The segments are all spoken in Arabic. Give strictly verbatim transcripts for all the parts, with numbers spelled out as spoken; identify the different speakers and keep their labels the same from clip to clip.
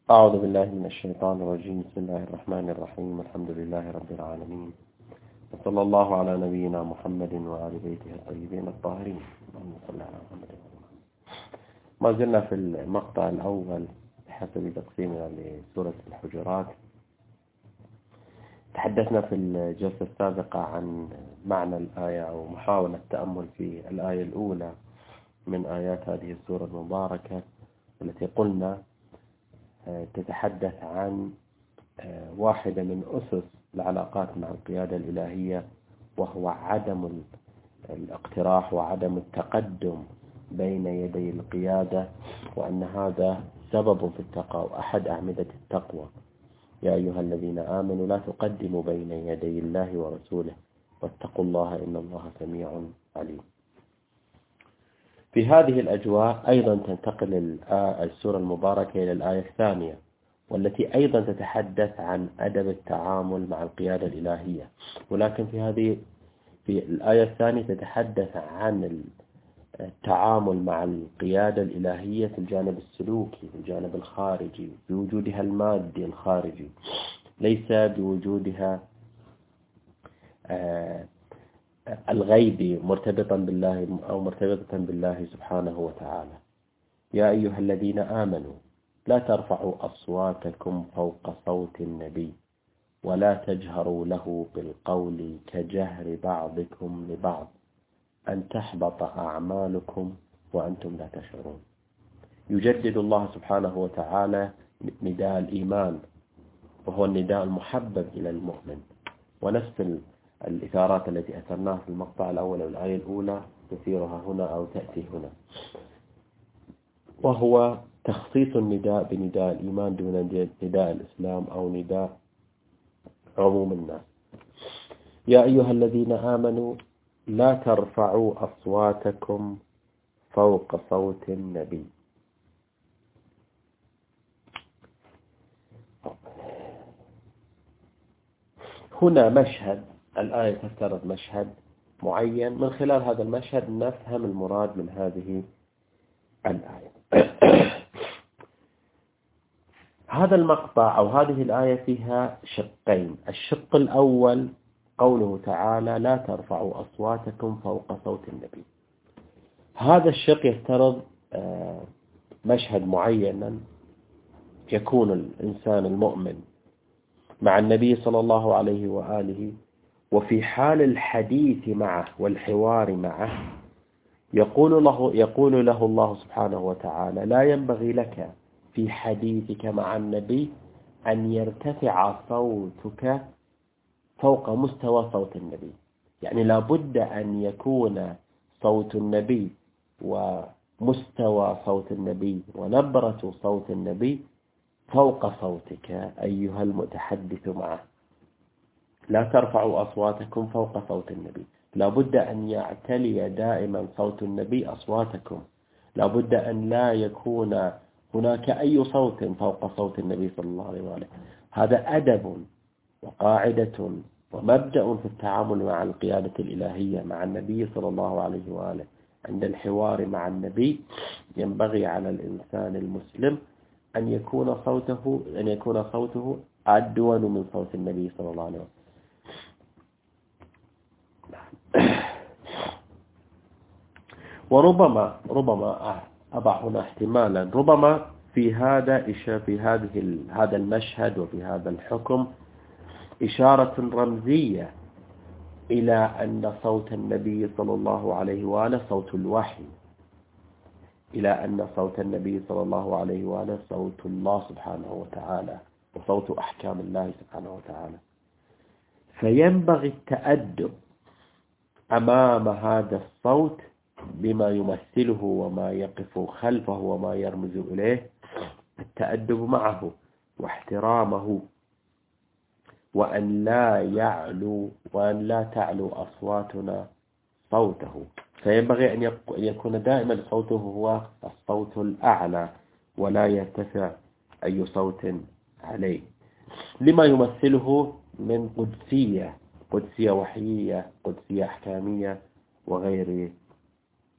Speaker 1: أعوذ بالله من الشيطان الرجيم. بسم الله الرحمن الرحيم. الحمد لله رب العالمين، وصلى الله على نبينا محمد وآل بيته الطيبين الطاهرين. اللهم صل على محمد. ما زلنا في المقطع الأول بحسب تقسيمنا لسورة الحجرات. تحدثنا في الجلسة السابقة عن معنى الآية أو محاولة التأمل في الآية الأولى من آيات هذه السورة المباركة، التي قلنا تتحدث عن واحدة من أسس العلاقات مع القيادة الإلهية، وهو عدم الاقتراح وعدم التقدم بين يدي القيادة، وأن هذا سبب في التقوى وأحد أعمدة التقوى. يا أيها الذين آمنوا لا تقدموا بين يدي الله ورسوله واتقوا الله إن الله سميع عليم. في هذه الأجواء أيضا تنتقل السورة المباركة إلى الآية الثانية، والتي أيضا تتحدث عن أدب التعامل مع القيادة الإلهية، ولكن في هذه في الآية الثانية تتحدث عن التعامل مع القيادة الإلهية في الجانب السلوكي، في الجانب الخارجي، بوجودها المادي الخارجي، ليس بوجودها آه الغيبي مرتبطا بالله أو مرتبطا بالله سبحانه وتعالى. يا أيها الذين آمنوا لا ترفعوا أصواتكم فوق صوت النبي ولا تجهروا له بالقول كجهر بعضكم لبعض أن تحبط أعمالكم وأنتم لا تشعرون. يجدد الله سبحانه وتعالى نداء الإيمان، وهو النداء المحبب إلى المؤمن، ونفس الإثارات التي أثرناها في المقطع الأول أو الآية الأولى تثيرها هنا أو تأتي هنا، وهو تخصيص النداء بنداء الإيمان دون نداء الإسلام أو نداء عموم الناس. يا أيها الذين آمنوا لا ترفعوا أصواتكم فوق صوت النبي. هنا مشهد، الآية تفترض مشهد معين، من خلال هذا المشهد نفهم المراد من هذه الآية. هذا المقطع أو هذه الآية فيها شقين. الشق الأول قوله تعالى لا ترفعوا أصواتكم فوق صوت النبي. هذا الشق يفترض مشهد معين، يكون الإنسان المؤمن مع النبي صلى الله عليه وآله، وفي حال الحديث معه والحوار معه يقول له يقول له الله سبحانه وتعالى لا ينبغي لك في حديثك مع النبي أن يرتفع صوتك فوق مستوى صوت النبي. يعني لا بد أن يكون صوت النبي ومستوى صوت النبي ونبرة صوت النبي فوق صوتك أيها المتحدث معه. لا ترفعوا أصواتكم فوق صوت النبي، لا بد أن يعتلي دائما صوت النبي أصواتكم، لا بد أن لا يكون هناك أي صوت فوق صوت النبي صلى الله عليه وآله. هذا أدب وقاعدة ومبدأ في التعامل مع القيادة الإلهية مع النبي صلى الله عليه وآله. عند الحوار مع النبي ينبغي على الإنسان المسلم أن يكون صوته أن يكون صوته أدون من صوت النبي صلى الله عليه وسلم. وربما ربما أضع هنا احتمالا، ربما في هذا في هذه هذا المشهد وفي هذا الحكم إشارة رمزية إلى أن صوت النبي صلى الله عليه وآله صوت الوحي، إلى أن صوت النبي صلى الله عليه وآله صوت الله سبحانه وتعالى وصوت أحكام الله سبحانه وتعالى. فينبغي التأدب أمام هذا الصوت بما يمثله وما يقف خلفه وما يرمز إليه، التأدب معه واحترامه، وأن لا يعلو وأن لا تعلو أصواتنا صوته. فينبغي أن يكون دائما صوته هو الصوت الأعلى ولا يرتفع أي صوت عليه، لما يمثله من قدسية قدسية وحيية، قدسية أحكامية وغير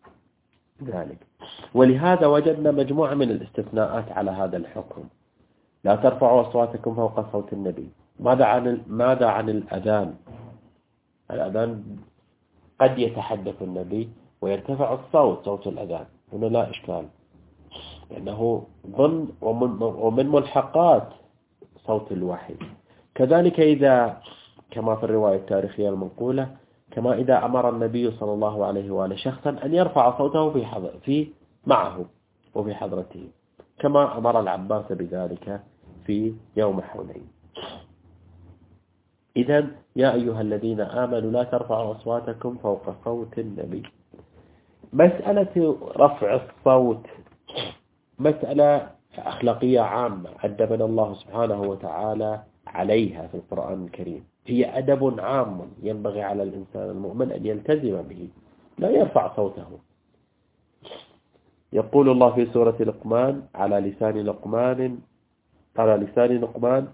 Speaker 1: ذلك. ولهذا وجدنا مجموعة من الاستثناءات على هذا الحكم. لا ترفعوا أصواتكم فوق صوت النبي. ماذا عن ماذا عن الأذان؟ الأذان قد يتحدث النبي ويرتفع الصوت، صوت الأذان، هنا لا إشكال، لأنه ضمن ومن, ومن ملحقات صوت الوحي. كذلك إذا كما في الرواية التاريخية المنقولة، كما إذا أمر النبي صلى الله عليه وآله شخصا أن يرفع صوته في حضر في معه وفي حضرته، كما أمر العباس بذلك في يوم حنين. إذن يا أيها الذين آمنوا لا ترفعوا أصواتكم فوق صوت النبي. مسألة رفع الصوت مسألة أخلاقية عامة أدبنا الله سبحانه وتعالى عليها في القرآن الكريم، هي أدب عام ينبغي على الإنسان المؤمن أن يلتزم به، لا يرفع صوته. يقول الله في سورة لقمان على لسان لقمان على لسان لقمان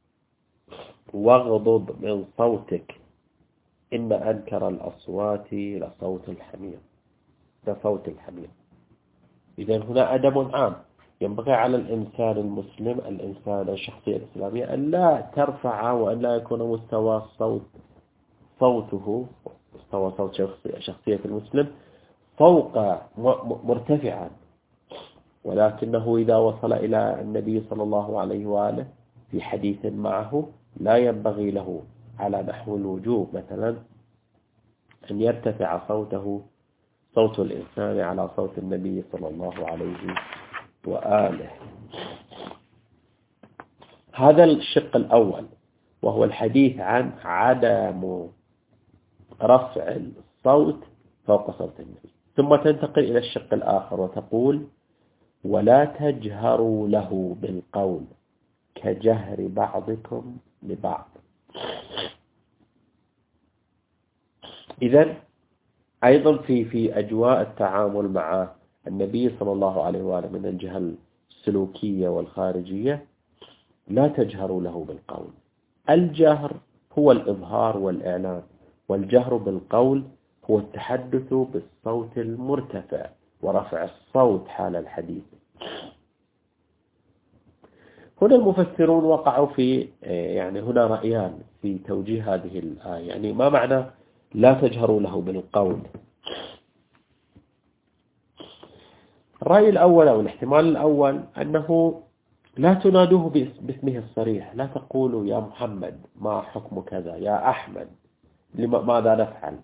Speaker 1: واغضض من صوتك إن أنكر الأصوات لصوت الحمير، لصوت الحمير. إذن هنا أدب عام ينبغي على الإنسان المسلم، الإنسان الشخصية الإسلامية، أن لا ترفع وأن لا يكون مستوى الصوت صوته مستوى صوت شخصية المسلم فوق مرتفعا، ولكنه إذا وصل إلى النبي صلى الله عليه وآله في حديث معه لا ينبغي له على نحو الوجوب مثلا أن يرتفع صوته صوت الإنسان على صوت النبي صلى الله عليه وآله. هذا الشق الأول وهو الحديث عن عدم رفع الصوت فوق صوت النبي. ثم تنتقل إلى الشق الآخر وتقول ولا تجهروا له بالقول كجهر بعضكم لبعض. إذن أيضا في في أجواء التعامل مع النبي صلى الله عليه وآله من الجهة السلوكية والخارجية لا تجهروا له بالقول. الجهر هو الإظهار والإعلان، والجهر بالقول هو التحدث بالصوت المرتفع ورفع الصوت حال الحديث. هنا المفسرون وقعوا في يعني هنا رأيان في توجيه هذه الآية، يعني ما معنى لا تجهروا له بالقول؟ الرأي الأول أو الاحتمال الأول أنه لا تنادوه باسمه الصريح، لا تقولوا يا محمد ما حكم كذا، يا أحمد ماذا نفعل،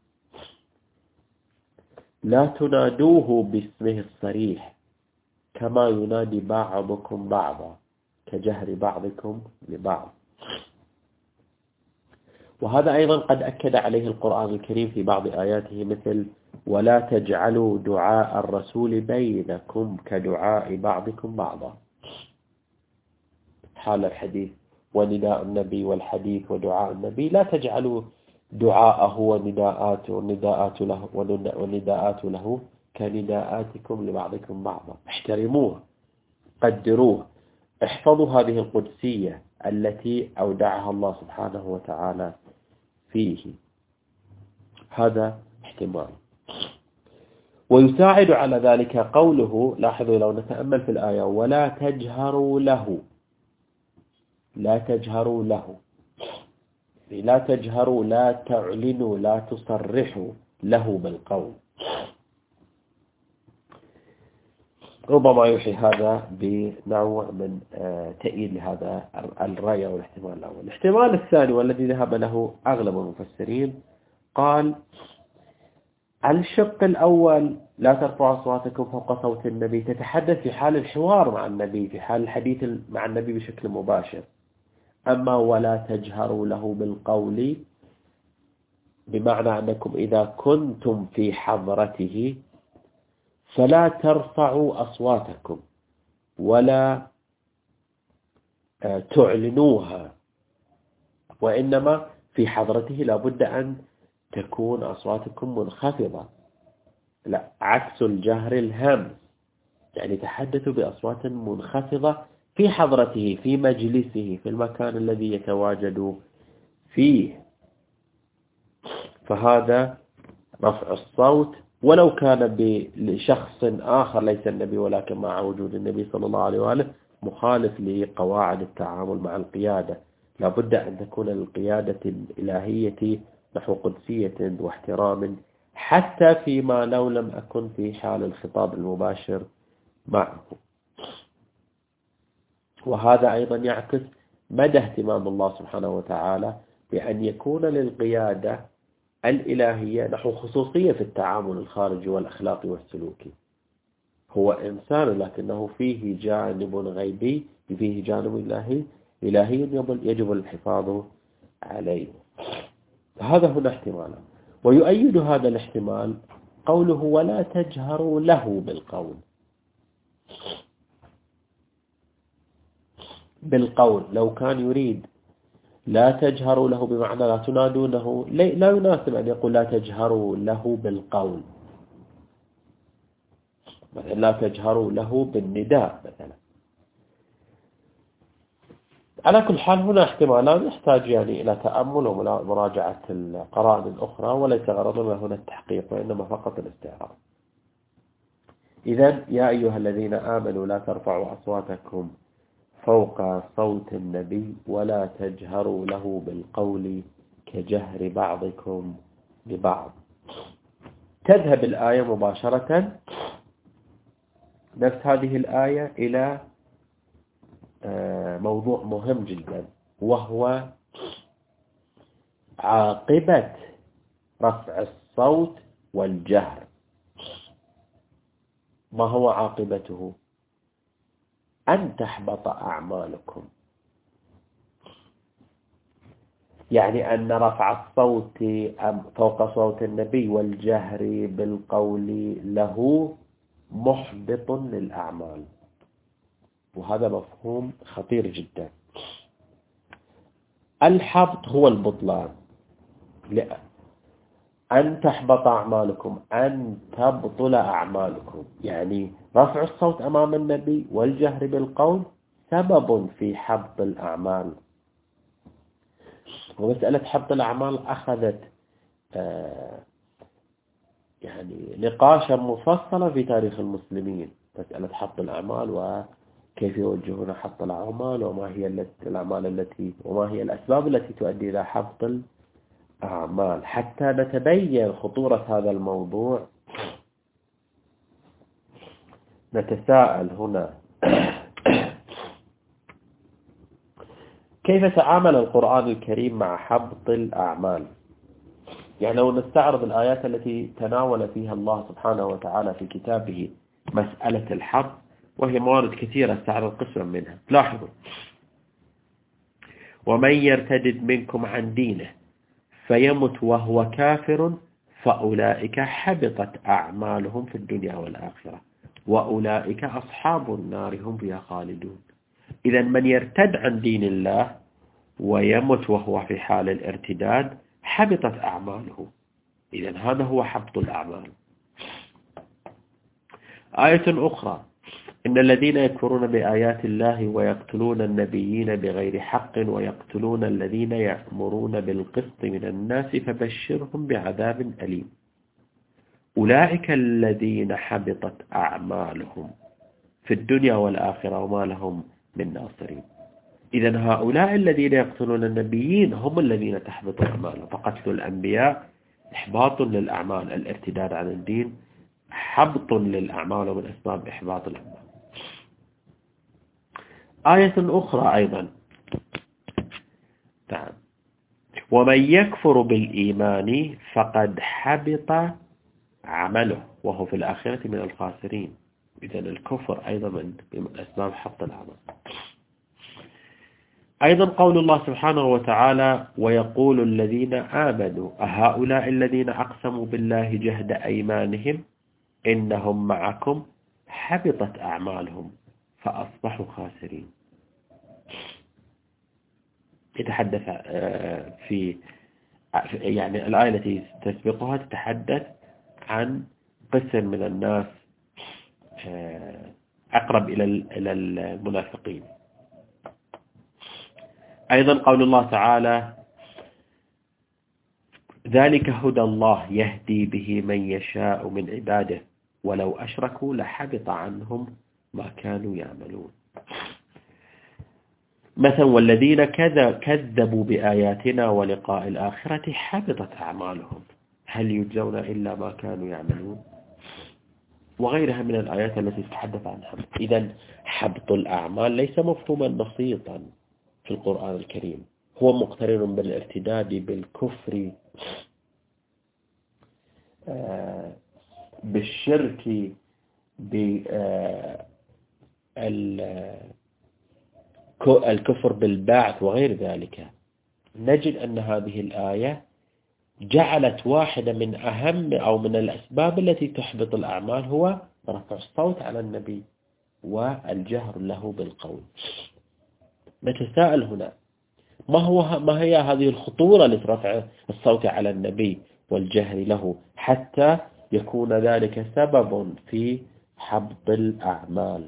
Speaker 1: لا تنادوه باسمه الصريح كما ينادي بعضكم بعضا كجهر بعضكم لبعض. وهذا أيضا قد أكد عليه القرآن الكريم في بعض آياته، مثل ولا تجعلوا دعاء الرسول بينكم كدعاء بعضكم بعضا حال الحديث، ونداء النبي والحديث ودعاء النبي لا تجعلوا دعاءه ونداءاته ونداءات له ونداءات له كنداءاتكم لبعضكم بعضا. احترموه، قدروه، احفظوا هذه القدسية التي أودعها الله سبحانه وتعالى فيه. هذا احتمال. ويساعد على ذلك قوله، لاحظوا لو نتأمل في الآية ولا تجهروا له، لا تجهروا له، لا تجهروا لا تعلنوا لا تصرحوا له بالقول. ربما يوحي هذا بنوع من تأييد لهذا الرأي أو الاحتمال الأول. الاحتمال الثاني والذي ذهب له أغلب المفسرين قال الشق الأول لا ترفعوا أصواتكم فوق صوت النبي تتحدث في حال الحوار مع النبي، في حال الحديث مع النبي بشكل مباشر. أما ولا تجهروا له بالقول بمعنى أنكم إذا كنتم في حضرته فلا ترفعوا أصواتكم ولا تعلنوها، وإنما في حضرته لابد أن تكون أصواتكم منخفضة، لا عكس الجهر الهمس، يعني تحدثوا بأصوات منخفضة في حضرته في مجلسه في المكان الذي يتواجد فيه. فهذا رفع الصوت ولو كان لشخص آخر ليس النبي ولكن مع وجود النبي صلى الله عليه وآله مخالف لقواعد التعامل مع القيادة. لابد أن تكون القيادة الإلهية نحو قدسية واحترام، حتى فيما لو لم أكن في حال الخطاب المباشر معه. وهذا أيضا يعكس مدى اهتمام الله سبحانه وتعالى بأن يكون للقيادة الإلهية نحو خصوصية في التعامل الخارجي والأخلاقي والسلوكي. هو إنسان لكنه فيه جانب غيبي، فيه جانب إلهي إلهي يجب الحفاظ عليه. هذا هنا احتمال. ويؤيد هذا الاحتمال قوله ولا تجهروا له بالقول. بالقول لو كان يريد لا تجهروا له بمعنى لا تنادونه، لا يناسب أن يقول لا تجهروا له بالقول، مثلا لا تجهروا له بالنداء مثلا. على كل حال هنا احتمالان يحتاج يعني إلى تأمل ومراجعة القرائن الأخرى، وليس غرضنا هنا التحقيق وإنما فقط الاستعراض. إذن يا أيها الذين آمنوا لا ترفعوا أصواتكم فوق صوت النبي ولا تجهروا له بالقول كجهر بعضكم ببعض. تذهب الآية مباشرة نفس هذه الآية إلى موضوع مهم جدا، وهو عاقبة رفع الصوت والجهر. ما هو عاقبته؟ أن تحبط أعمالكم. يعني أن رفع الصوت فوق صوت النبي والجهر بالقول له محبط للأعمال، وهذا مفهوم خطير جدا. الحبط هو البطلان، أن تحبط أعمالكم، أن تبطل أعمالكم. يعني رفع الصوت أمام النبي والجهر بالقول سبب في حبط الأعمال. ومسألة حبط الأعمال أخذت آه يعني نقاشا مفصلا في تاريخ المسلمين، مسألة حبط الأعمال وكيف يوجهون حبط الأعمال، وما هي الأعمال التي وما هي الأسباب التي تؤدي إلى حبط الأعمال. حتى نتبين خطورة هذا الموضوع نتساءل هنا كيف تعامل القرآن الكريم مع حبط الأعمال؟ يعني لو نستعرض الآيات التي تناول فيها الله سبحانه وتعالى في كتابه مسألة الحبط، وهي موارد كثيرة استعرض قسما منها. لاحظوا: ومن يرتدد منكم عن دينه فيمت وهو كافر فأولئك حبطت أعمالهم في الدنيا والآخرة وأولئك أصحاب النار هم فيها خالدون. إذا من يرتد عن دين الله ويمت وهو في حال الارتداد حبطت أعماله. إذا هذا هو حبط الأعمال. آية أخرى: إن الذين يكفرون بآيات الله ويقتلون النبيين بغير حق ويقتلون الذين يأمرون بالقسط من الناس فبشرهم بعذاب أليم أولئك الذين حبطت أعمالهم في الدنيا والآخرة وما لهم من ناصرين. إذن هؤلاء الذين يقتلون النبيين هم الذين تحبط أعمالهم. فقتل الأنبياء إحباط للأعمال، الارتداد عن الدين حبط للأعمال ومن أسباب إحباط الأعمال. آية أخرى أيضا: نعم، ومن يكفر بالإيمان فقد حبط عمله وهو في الآخرة من الخاسرين. إذن الكفر أيضا من أسباب حبط الأعمال. أيضا قول الله سبحانه وتعالى: ويقول الذين آمنوا أهؤلاء الذين أقسموا بالله جهد أيمانهم إنهم معكم حبطت أعمالهم فأصبحوا خاسرين. يتحدث في يعني الآية التي تسبقها تتحدث عن قسم من الناس أقرب إلى المنافقين. أيضا قول الله تعالى: ذلك هدى الله يهدي به من يشاء من عباده ولو أشركوا لحبط عنهم ما كانوا يعملون. مثلا والذين كذبوا بآياتنا ولقاء الآخرة حبطت أعمالهم هل يجزون إلا ما كانوا يعملون، وغيرها من الآيات التي تتحدث عن حبط. إذن حبط الأعمال ليس مفهوما بسيطا في القرآن الكريم، هو مقترن بالارتداد، بالكفر، بالشرك، بالكفر بالبعث وغير ذلك. نجد أن هذه الآية جعلت واحدة من أهم أو من الأسباب التي تحبط الأعمال هو رفع الصوت على النبي والجهر له بالقول. نتساءل هنا ما هو ما هي هذه الخطورة لرفع الصوت على النبي والجهر له حتى يكون ذلك سبب في حبط الأعمال؟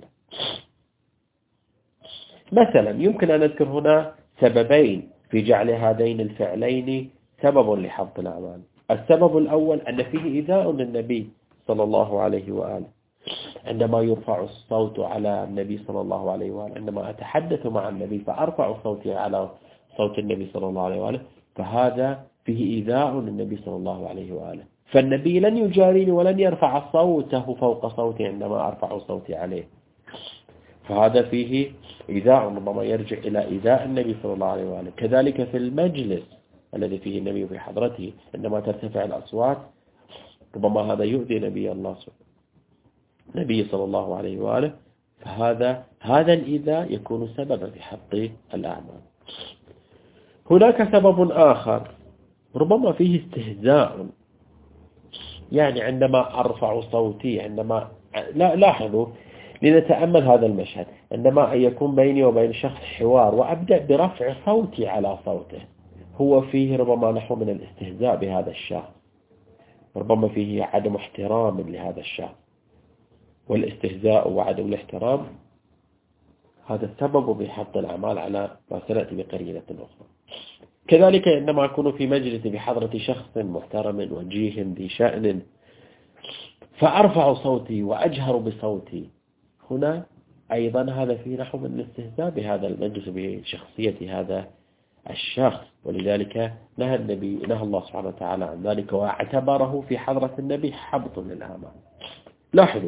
Speaker 1: مثلا يمكن أن نذكر هنا سببين في جعل هذين الفعلين سبب لحبط الأعمال. السبب الأول أن فيه إيذاء للنبي صلى الله عليه وآله، عندما يرفع الصوت على النبي صلى الله عليه وآله، عندما أتحدث مع النبي فأرفع صوتي على صوت النبي صلى الله عليه وآله، فهذا فيه إيذاء للنبي صلى الله عليه وآله، فالنبي لن يجاريني ولن يرفع صوته فوق صوتي عندما أرفع صوتي عليه، فهذا فيه إيذاء ربما يرجع إلى إيذاء النبي صلى الله عليه وآله. كذلك في المجلس الذي فيه النبي في حضرته عندما ترتفع الأصوات ربما هذا يؤذي نبي الله نبي صلى الله عليه وآله، فهذا هذا الإيذاء يكون سببا في حبط الأعمال. هناك سبب آخر ربما فيه استهزاء، يعني عندما أرفع صوتي، عندما لا لاحظوا لنتأمل هذا المشهد، عندما يكون بيني وبين شخص حوار وأبدأ برفع صوتي على صوته، هو فيه ربما نحو من الاستهزاء بهذا الشخص، ربما فيه عدم احترام لهذا الشخص، والاستهزاء وعدم الاحترام هذا السبب بحبط الأعمال على ما سنأتي بقرينة أخرى. كذلك عندما أكون في مجلس بحضرة شخص محترم وجيه ذي شأن فأرفع صوتي وأجهر بصوتي، هنا أيضا هذا فيه نحو من الاستهزاء بهذا المجلس بشخصية هذا الشخص، ولذلك نهى النبي نهى الله سبحانه وتعالى عن ذلك واعتبره في حضرة النبي حبط للأعمال. لاحظوا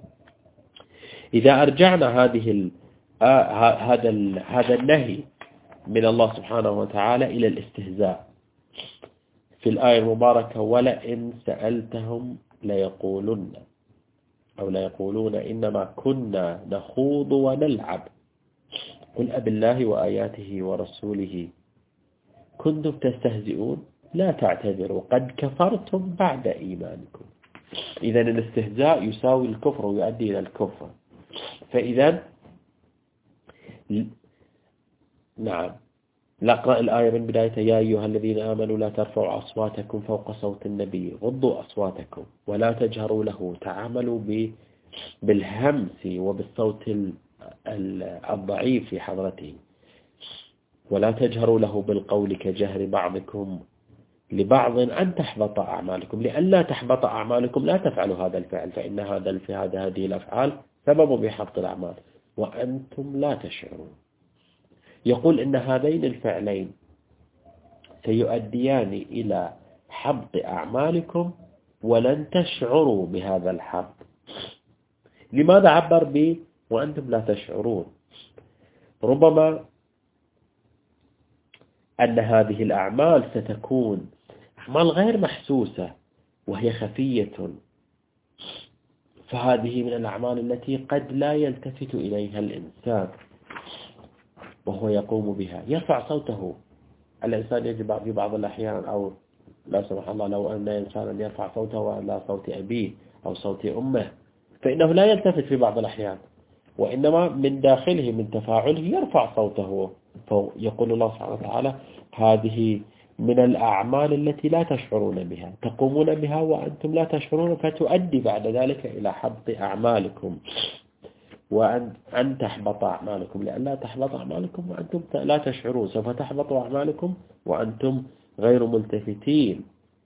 Speaker 1: إذا أرجعنا هذه ال... آه هذا ال... هذا النهي من الله سبحانه وتعالى إلى الاستهزاء في الآية المباركة ولئن سألتهم ليقولن أو ليقولون إنما كنا نخوض ونلعب قل أب الله وآياته ورسوله كنتم تستهزئون لا تعتذروا قد كفرتم بعد إيمانكم. إذن الاستهزاء يساوي الكفر ويؤدي إلى الكفر. فإذن نعم نقرأ الآية من بداية يا أيها الذين آمنوا لا ترفعوا أصواتكم فوق صوت النبي غضوا أصواتكم ولا تجهروا له تعاملوا بالهمس وبالصوت الضعيف في حضرته ولا تجهروا له بالقول كجهر بعضكم لبعض أن تحبط أعمالكم. لأن تحبط أعمالكم لا تفعلوا هذا الفعل، فإن هذا الفعل هذه الأفعال سبب بحبط الأعمال وأنتم لا تشعرون. يقول إن هذين الفعلين سيؤديان إلى حبط أعمالكم ولن تشعروا بهذا الحبط. لماذا عبر ب وأنتم لا تشعرون؟ ربما أن هذه الأعمال ستكون أعمال غير محسوسة وهي خفية، فهذه من الأعمال التي قد لا يلتفت إليها الإنسان وهو يقوم بها. يرفع صوته الإنسان يجب في بعض الأحيان أو لا سمح الله لو أن إنسانا يرفع صوته على صوت أبيه أو صوت أمه فإنه لا يلتفت في بعض الأحيان، وإنما من داخله من تفاعله يرفع صوته. فيقول الله سبحانه وتعالى هذه من الأعمال التي لا تشعرون بها تقومون بها وأنتم لا تشعرون، فتؤدي بعد ذلك إلى حبط أعمالكم وأن أن تحبط أعمالكم. لأن لا تحبط أعمالكم وأنتم لا تشعرون، سوف تحبط أعمالكم وأنتم غير ملتفتين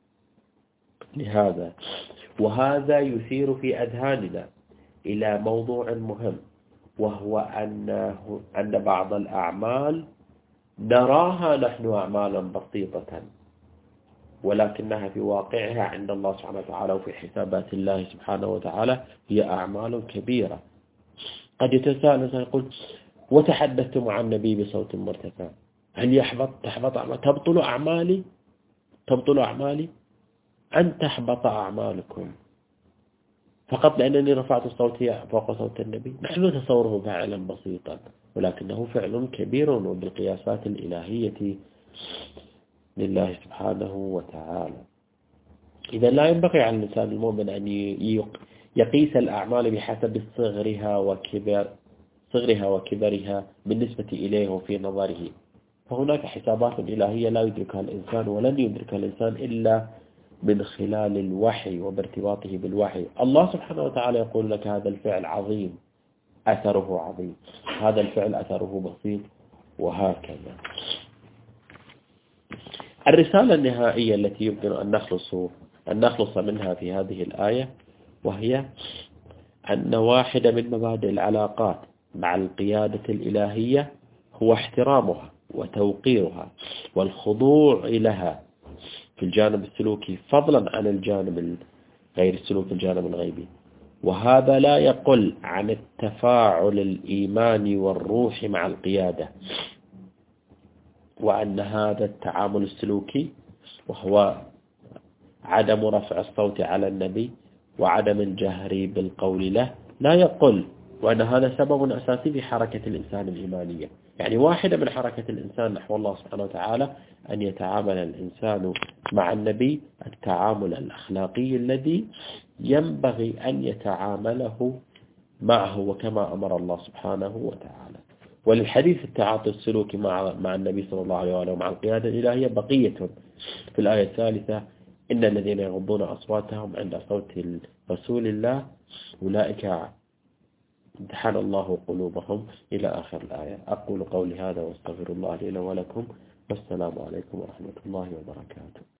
Speaker 1: لهذا. وهذا يثير في أذهاننا إلى موضوع مهم، وهو أنه أن بعض الأعمال نراها نحن أعمالا بسيطة، ولكنها في واقعها عند الله سبحانه وتعالى وفي حسابات الله سبحانه وتعالى هي أعمال كبيرة. قد يتساءل الإنسان يقول: وتحدثت مع النبي بصوت مرتفع، هل يحبط تحبط أعمال تبطل أعمالي تبطل أعمالي أن تحبط أعمالكم فقط لأنني رفعت صوتي فوق صوت النبي؟ نحن نتصوره فعلا بسيطا، ولكنه فعل كبير وبالقياسات الإلهية لله سبحانه وتعالى. إذا لا ينبغي على الإنسان المؤمن أن يقيس الأعمال بحسب صغرها وكبر صغرها وكبرها بالنسبة إليه وفي نظره، فهناك حسابات إلهية لا يدركها الإنسان ولن يدركها الإنسان إلا من خلال الوحي وبارتباطه بالوحي. الله سبحانه وتعالى يقول لك: هذا الفعل عظيم أثره عظيم، هذا الفعل أثره بسيط، وهكذا. الرسالة النهائية التي يمكن أن نخلص أن نخلص منها في هذه الآية، وهي أن واحدة من مبادئ العلاقات مع القيادة الإلهية هو احترامها وتوقيرها والخضوع لها في الجانب السلوكي، فضلا عن الجانب غير السلوك الجانب الغيبي. وهذا لا يقل عن التفاعل الإيماني والروحي مع القيادة، وأن هذا التعامل السلوكي وهو عدم رفع الصوت على النبي وعدم الجهر بالقول له لا يقل، وأن هذا سبب أساسي في حركة الإنسان الإيمانية. يعني واحدة من حركة الإنسان نحو الله سبحانه وتعالى أن يتعامل الإنسان مع النبي التعامل الأخلاقي الذي ينبغي أن يتعامله معه وكما أمر الله سبحانه وتعالى. وللحديث التعاطي السلوكي مع مع النبي صلى الله عليه وآله ومع القيادة الإلهية بقية في الآية الثالثة: إن الذين يغضون أصواتهم عند صوت رسول الله أولئك امتحن الله قلوبهم، إلى آخر الآية. أقول قولي هذا واستغفر الله لي ولكم، والسلام عليكم ورحمة الله وبركاته.